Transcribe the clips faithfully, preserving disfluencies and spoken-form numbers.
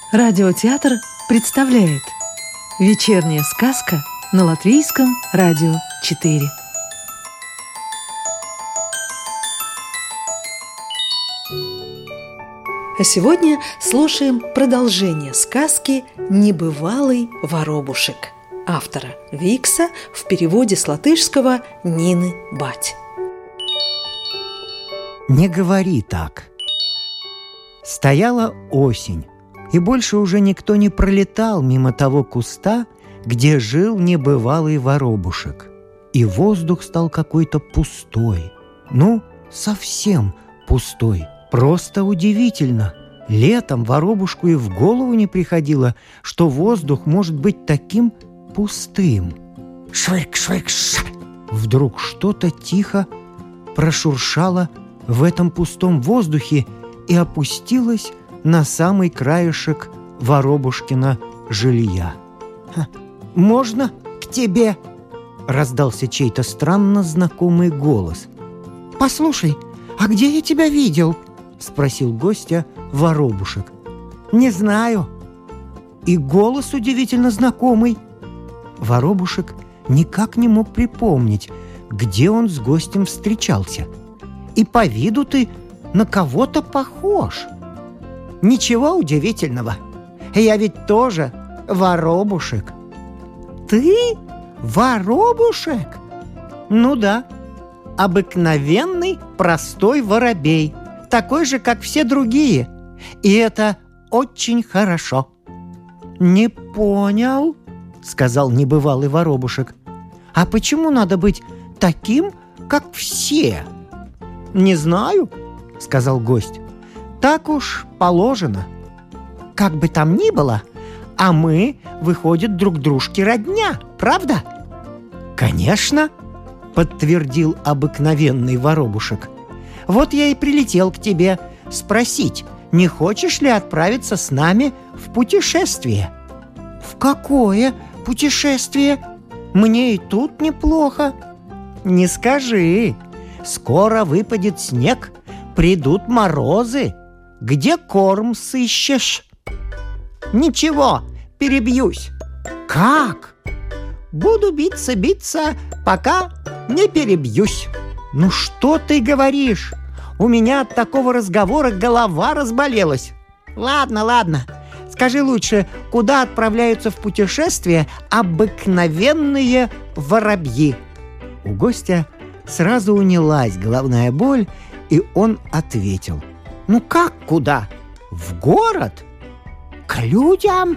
Радиотеатр представляет «Вечерняя сказка» на Латвийском радио четыре. А сегодня слушаем продолжение сказки «Небывалый воробушек» автора Викса в переводе с латышского Нины Бать. Не говори так. Стояла осень, и больше уже никто не пролетал мимо того куста, где жил небывалый воробушек. И воздух стал какой-то пустой. Ну, совсем пустой. Просто удивительно. Летом воробушку и в голову не приходило, что воздух может быть таким пустым. Швырк-швырк-ша! Вдруг что-то тихо прошуршало в этом пустом воздухе и опустилось на самый краешек воробушкина жилья. «Можно к тебе?» — раздался чей-то странно знакомый голос. «Послушай, а где я тебя видел?» — спросил гостя воробушек. «Не знаю». И голос удивительно знакомый. Воробушек никак не мог припомнить, где он с гостем встречался. «И по виду ты на кого-то похож». «Ничего удивительного. Я ведь тоже воробушек». «Ты воробушек?» «Ну да. Обыкновенный простой воробей, такой же, как все другие. И это очень хорошо». «Не понял», — сказал небывалый воробушек. «А почему надо быть таким, как все?» «Не знаю», — сказал гость. «Так уж положено. Как бы там ни было, а мы, выходит, друг дружке родня, правда?» «Конечно», — подтвердил обыкновенный воробушек. «Вот я и прилетел к тебе спросить, не хочешь ли отправиться с нами в путешествие?» «В какое путешествие? Мне и тут неплохо». «Не скажи. Скоро выпадет снег, придут морозы. Где корм сыщешь?» «Ничего, перебьюсь». «Как?» «Буду биться-биться, пока не перебьюсь». «Ну что ты говоришь? У меня от такого разговора голова разболелась». «Ладно, ладно. Скажи лучше, куда отправляются в путешествие обыкновенные воробьи?» У гостя сразу унялась головная боль, и он ответил. «Ну как куда? В город? К людям?»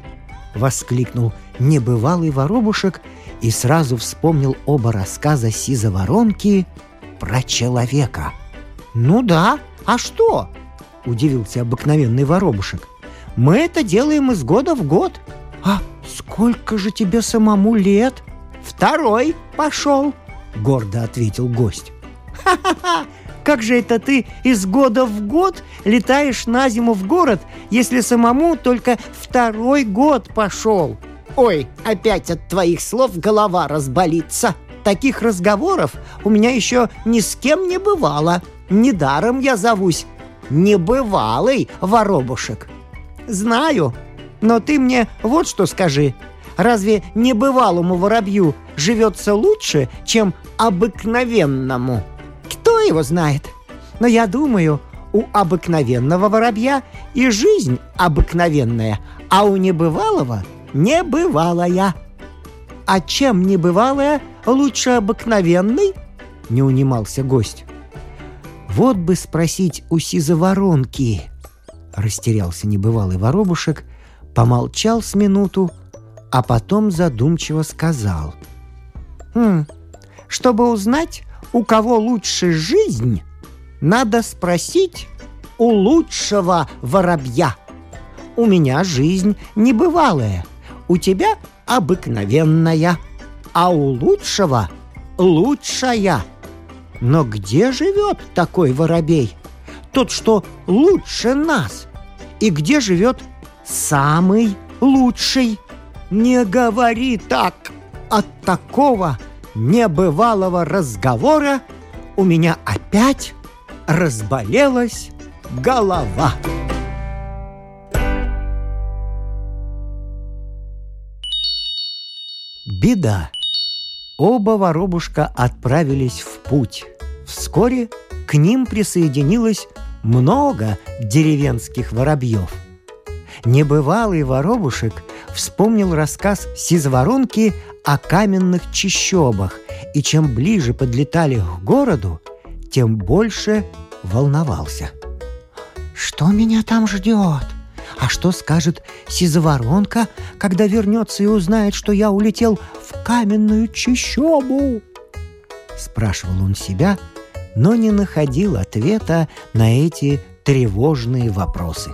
— воскликнул небывалый воробушек и сразу вспомнил оба рассказа Сизоворонки про человека. «Ну да, а что?» — удивился обыкновенный воробушек. «Мы это делаем из года в год». «А сколько же тебе самому лет?» «Второй пошел», — гордо ответил гость. «Ха-ха-ха! Как же это ты из года в год летаешь на зиму в город, если самому только второй год пошел?» «Ой, опять от твоих слов голова разболится. Таких разговоров у меня еще ни с кем не бывало. Недаром я зовусь небывалый воробушек». «Знаю, но ты мне вот что скажи. Разве небывалому воробью живется лучше, чем обыкновенному?» «Кто его знает? Но я думаю, у обыкновенного воробья и жизнь обыкновенная, а у небывалого небывалая». «А чем небывалая лучше обыкновенной?» — не унимался гость. «Вот бы спросить у Сизоворонки», — растерялся небывалый воробушек, помолчал с минуту, а потом задумчиво сказал. «Хм, чтобы узнать, у кого лучше жизнь, надо спросить у лучшего воробья. У меня жизнь небывалая, у тебя обыкновенная, а у лучшего лучшая. Но где живет такой воробей? Тот, что лучше нас. И где живет самый лучший?» «Не говори так! От такого небывалого разговора у меня опять разболелась голова». Беда. Оба воробушка отправились в путь. Вскоре к ним присоединилось много деревенских воробьев. Небывалый воробушек вспомнил рассказ Сизоворонки о каменных чащобах, и чем ближе подлетали к городу, тем больше волновался. «Что меня там ждет? А что скажет Сизоворонка, когда вернется и узнает, что я улетел в каменную чащобу?» Спрашивал он себя, но не находил ответа на эти тревожные вопросы.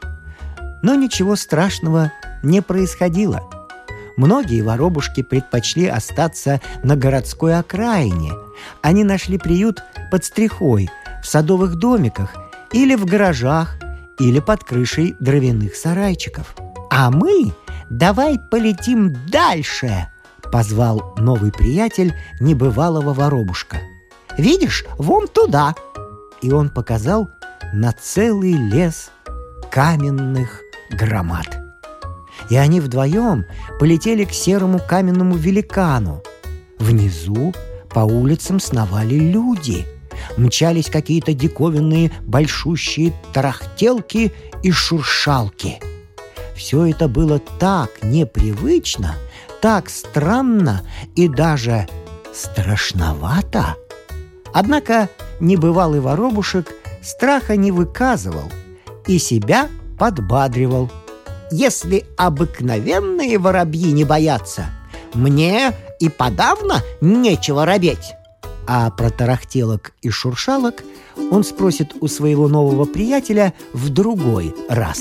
Но ничего страшного не происходило. Многие воробушки предпочли остаться на городской окраине. Они нашли приют под стрихой, в садовых домиках или в гаражах, или под крышей дровяных сарайчиков. «А мы давай полетим дальше!» — позвал новый приятель небывалого воробушка. «Видишь, вон туда!» И он показал на целый лес каменных громад. И они вдвоем полетели к серому каменному великану. Внизу по улицам сновали люди. Мчались какие-то диковинные большущие тарахтелки и шуршалки. Все это было так непривычно, так странно и даже страшновато. Однако небывалый воробушек страха не выказывал и себя подбадривал. «Если обыкновенные воробьи не боятся, мне и подавно нечего робеть». А про тарахтелок и шуршалок он спросит у своего нового приятеля в другой раз.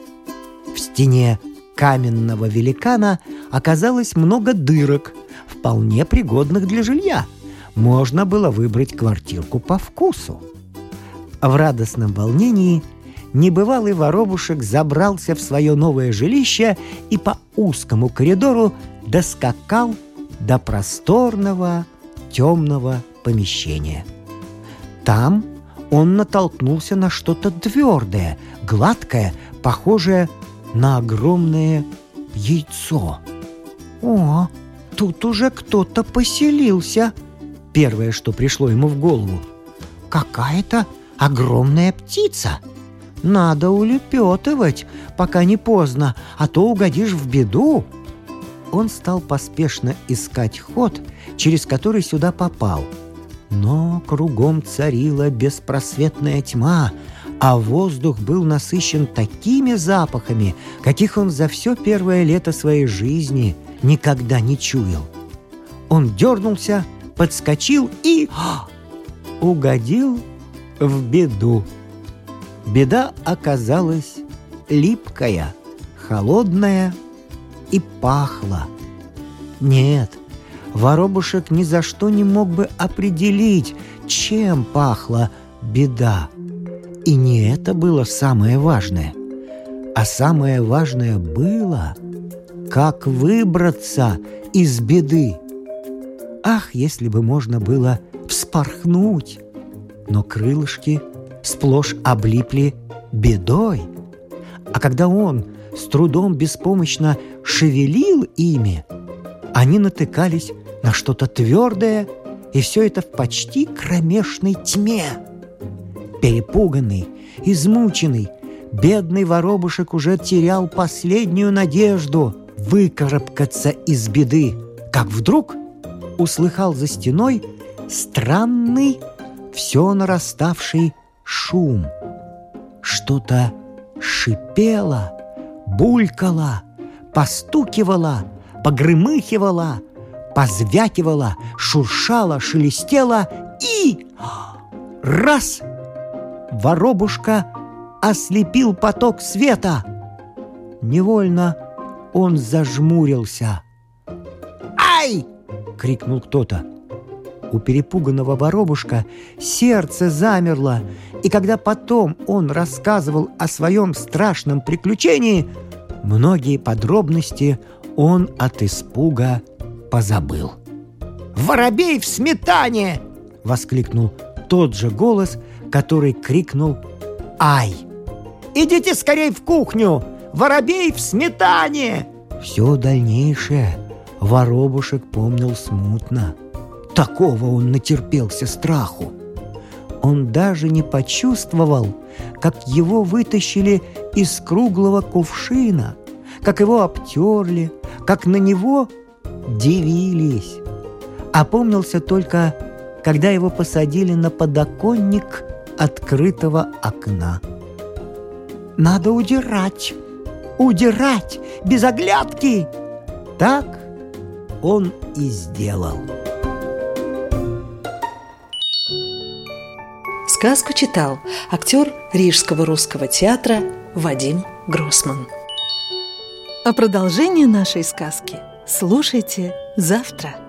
В стене каменного великана оказалось много дырок, вполне пригодных для жилья. Можно было выбрать квартирку по вкусу. В радостном волнении небывалый воробушек забрался в свое новое жилище и по узкому коридору доскакал до просторного темного помещения. Там он натолкнулся на что-то твердое, гладкое, похожее на огромное яйцо. «О, тут уже кто-то поселился!» Первое, что пришло ему в голову. «Какая-то огромная птица! Надо улепетывать, пока не поздно, а то угодишь в беду!» Он стал поспешно искать ход, через который сюда попал. Но кругом царила беспросветная тьма, а воздух был насыщен такими запахами, каких он за все первое лето своей жизни никогда не чуял. Он дернулся, подскочил и угодил в беду. Беда оказалась липкая, холодная и пахла. Нет, воробушек ни за что не мог бы определить, чем пахла беда. И не это было самое важное. А самое важное было, как выбраться из беды. Ах, если бы можно было вспорхнуть! Но крылышки сплошь облипли бедой. А когда он с трудом беспомощно шевелил ими, они натыкались на что-то твердое, и все это в почти кромешной тьме. Перепуганный, измученный, бедный воробушек уже терял последнюю надежду выкарабкаться из беды, как вдруг услыхал за стеной странный, все нараставший шум. Что-то шипело, булькало, постукивало, погрымыхивало, позвякивало, шуршало, шелестело и... раз! Воробушка ослепил поток света. Невольно он зажмурился. «Ай!» — крикнул кто-то. У перепуганного воробушка сердце замерло, и когда потом он рассказывал о своем страшном приключении, многие подробности он от испуга позабыл. «Воробей в сметане!» — воскликнул тот же голос, который крикнул «Ай!» «Идите скорей в кухню! Воробей в сметане!» Все дальнейшее Воробушек помнил смутно. Такого он натерпелся страху. Он даже не почувствовал, как его вытащили из круглого кувшина, как его обтерли, как на него дивились. Опомнился только, когда его посадили на подоконник открытого окна. «Надо удирать! Удирать! Без оглядки!» Так он и сделал. Сказку читал актер Рижского русского театра Вадим Гроссман. А продолжение нашей сказки слушайте завтра.